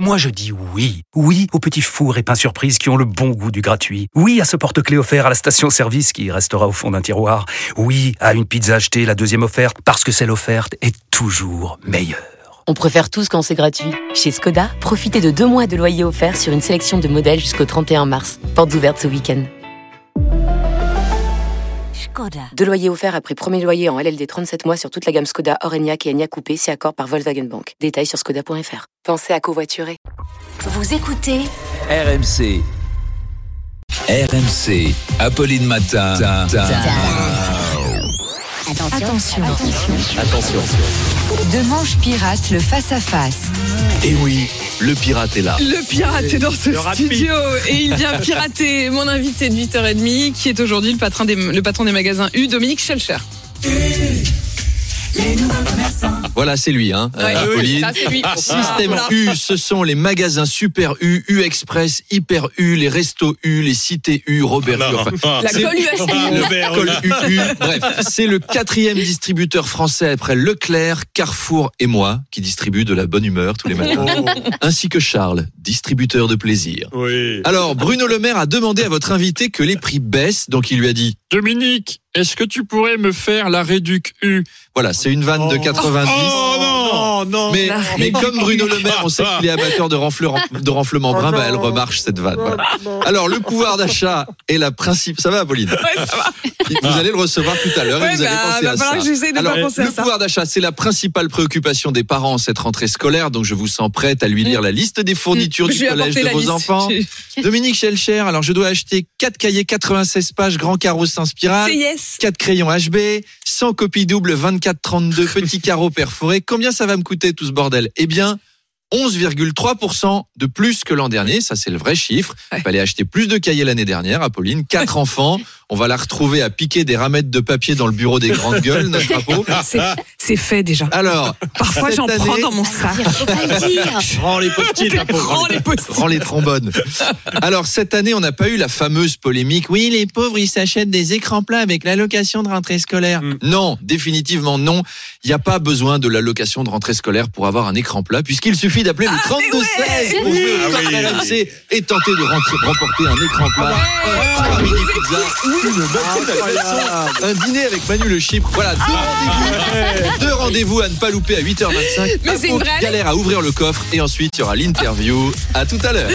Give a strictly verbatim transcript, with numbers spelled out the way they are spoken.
Moi je dis oui. Oui aux petits fours et pains surprises qui ont le bon goût du gratuit. Oui à ce porte-clés offert à la station-service qui restera au fond d'un tiroir. Oui à une pizza achetée, la deuxième offerte, parce que celle offerte est toujours meilleure. On préfère tous quand c'est gratuit. Chez Skoda, profitez de deux mois de loyer offert sur une sélection de modèles jusqu'au trente et un mars. Portes ouvertes ce week-end. Skoda. Deux loyers offerts après premier loyer en L L D trente-sept mois sur toute la gamme Skoda, Orenia et Enyaq Coupé, si accord par Volkswagen Bank. Détails sur skoda point f r. Pensez à covoiturer. Vous écoutez R M C. R M C. Apolline Matin. Ta, ta. Attention. Attention. Attention. De Manche Pirate, le face-à-face. Et oui, le pirate est là. Le pirate est dans ce studio et il vient pirater mon invité de huit heures trente qui est aujourd'hui le patron des, le patron des magasins U, Dominique Schelcher. Voilà, c'est lui, hein, Ouais, euh, oui, Apolline. ça, c'est lui. Système Voilà. U, ce sont les magasins Super U, U Express, Hyper U, les restos U, les cités U, Robert U. Enfin, La c'est- colle U S I. le col U U. Bref, c'est le quatrième distributeur français après Leclerc, Carrefour et moi, qui distribue de la bonne humeur tous les matins, ainsi que Charles, distributeur de plaisir. Oui. Alors, Bruno Le Maire a demandé à votre invité que les prix baissent, donc il lui a dit Dominique, est-ce que tu pourrais me faire la réduc U? voilà, c'est une vanne de quatre-vingt-dix. Oh non, non. Mais, La mais comme Bruno Le Maire, on sait qu'il est amateur de, renflement, de renflement brun, bah elle remarche cette vanne. Voilà. Alors, le pouvoir d'achat est la principe. Ça va, Apolline? Ouais, ça va. Vous allez le recevoir tout à l'heure et Ouais, vous allez bah, penser va à falloir ça. que j'essaie de Alors, pas penser à le ça. pouvoir d'achat, c'est la principale préoccupation des parents en cette rentrée scolaire. Donc, je vous sens prête à lui lire la liste des fournitures Je du lui ai collège apporté de la vos liste. enfants. Je- Dominique Schelcher, alors je dois acheter quatre cahiers quatre-vingt-seize pages, grand carreau sans spirale. C'est yes. quatre crayons H B, cent copies doubles vingt-quatre trente-deux, petits carreaux perforés. Combien ça va me coûter tout ce bordel? Eh bien, onze virgule trois pour cent de plus que l'an dernier. Ça, c'est le vrai chiffre. Il Ouais. fallait acheter plus de cahiers l'année dernière, Apolline. Quatre enfants. On va la retrouver à piquer des ramettes de papier dans le bureau des grandes gueules, notre drapeau. C'est, c'est fait déjà. Alors, Parfois, cette j'en année- prends dans mon sac. Faut pas le dire. Prends les post-it, la pauvre. Prends les post-it. Rends les trombones. Alors, cette année, on n'a pas eu la fameuse polémique. Oui, les pauvres, ils s'achètent des écrans plats avec l'allocation de rentrée scolaire. Mm. Non, définitivement non. Il n'y a pas besoin de l'allocation de rentrée scolaire pour avoir un écran plat, puisqu'il suffit d'appeler le trente-deux seize pour jouer au Ah code oui. R M C et tenter de rentrer- remporter un écran plat. un mini pizza, un dîner avec Manu le Chypre. Voilà, deux rendez-vous. Deux rendez-vous à ne pas louper à huit heures vingt-cinq. Mais c'est une vraie Galère à ouvrir le coffre et ensuite il y aura l'interview. À tout à l'heure.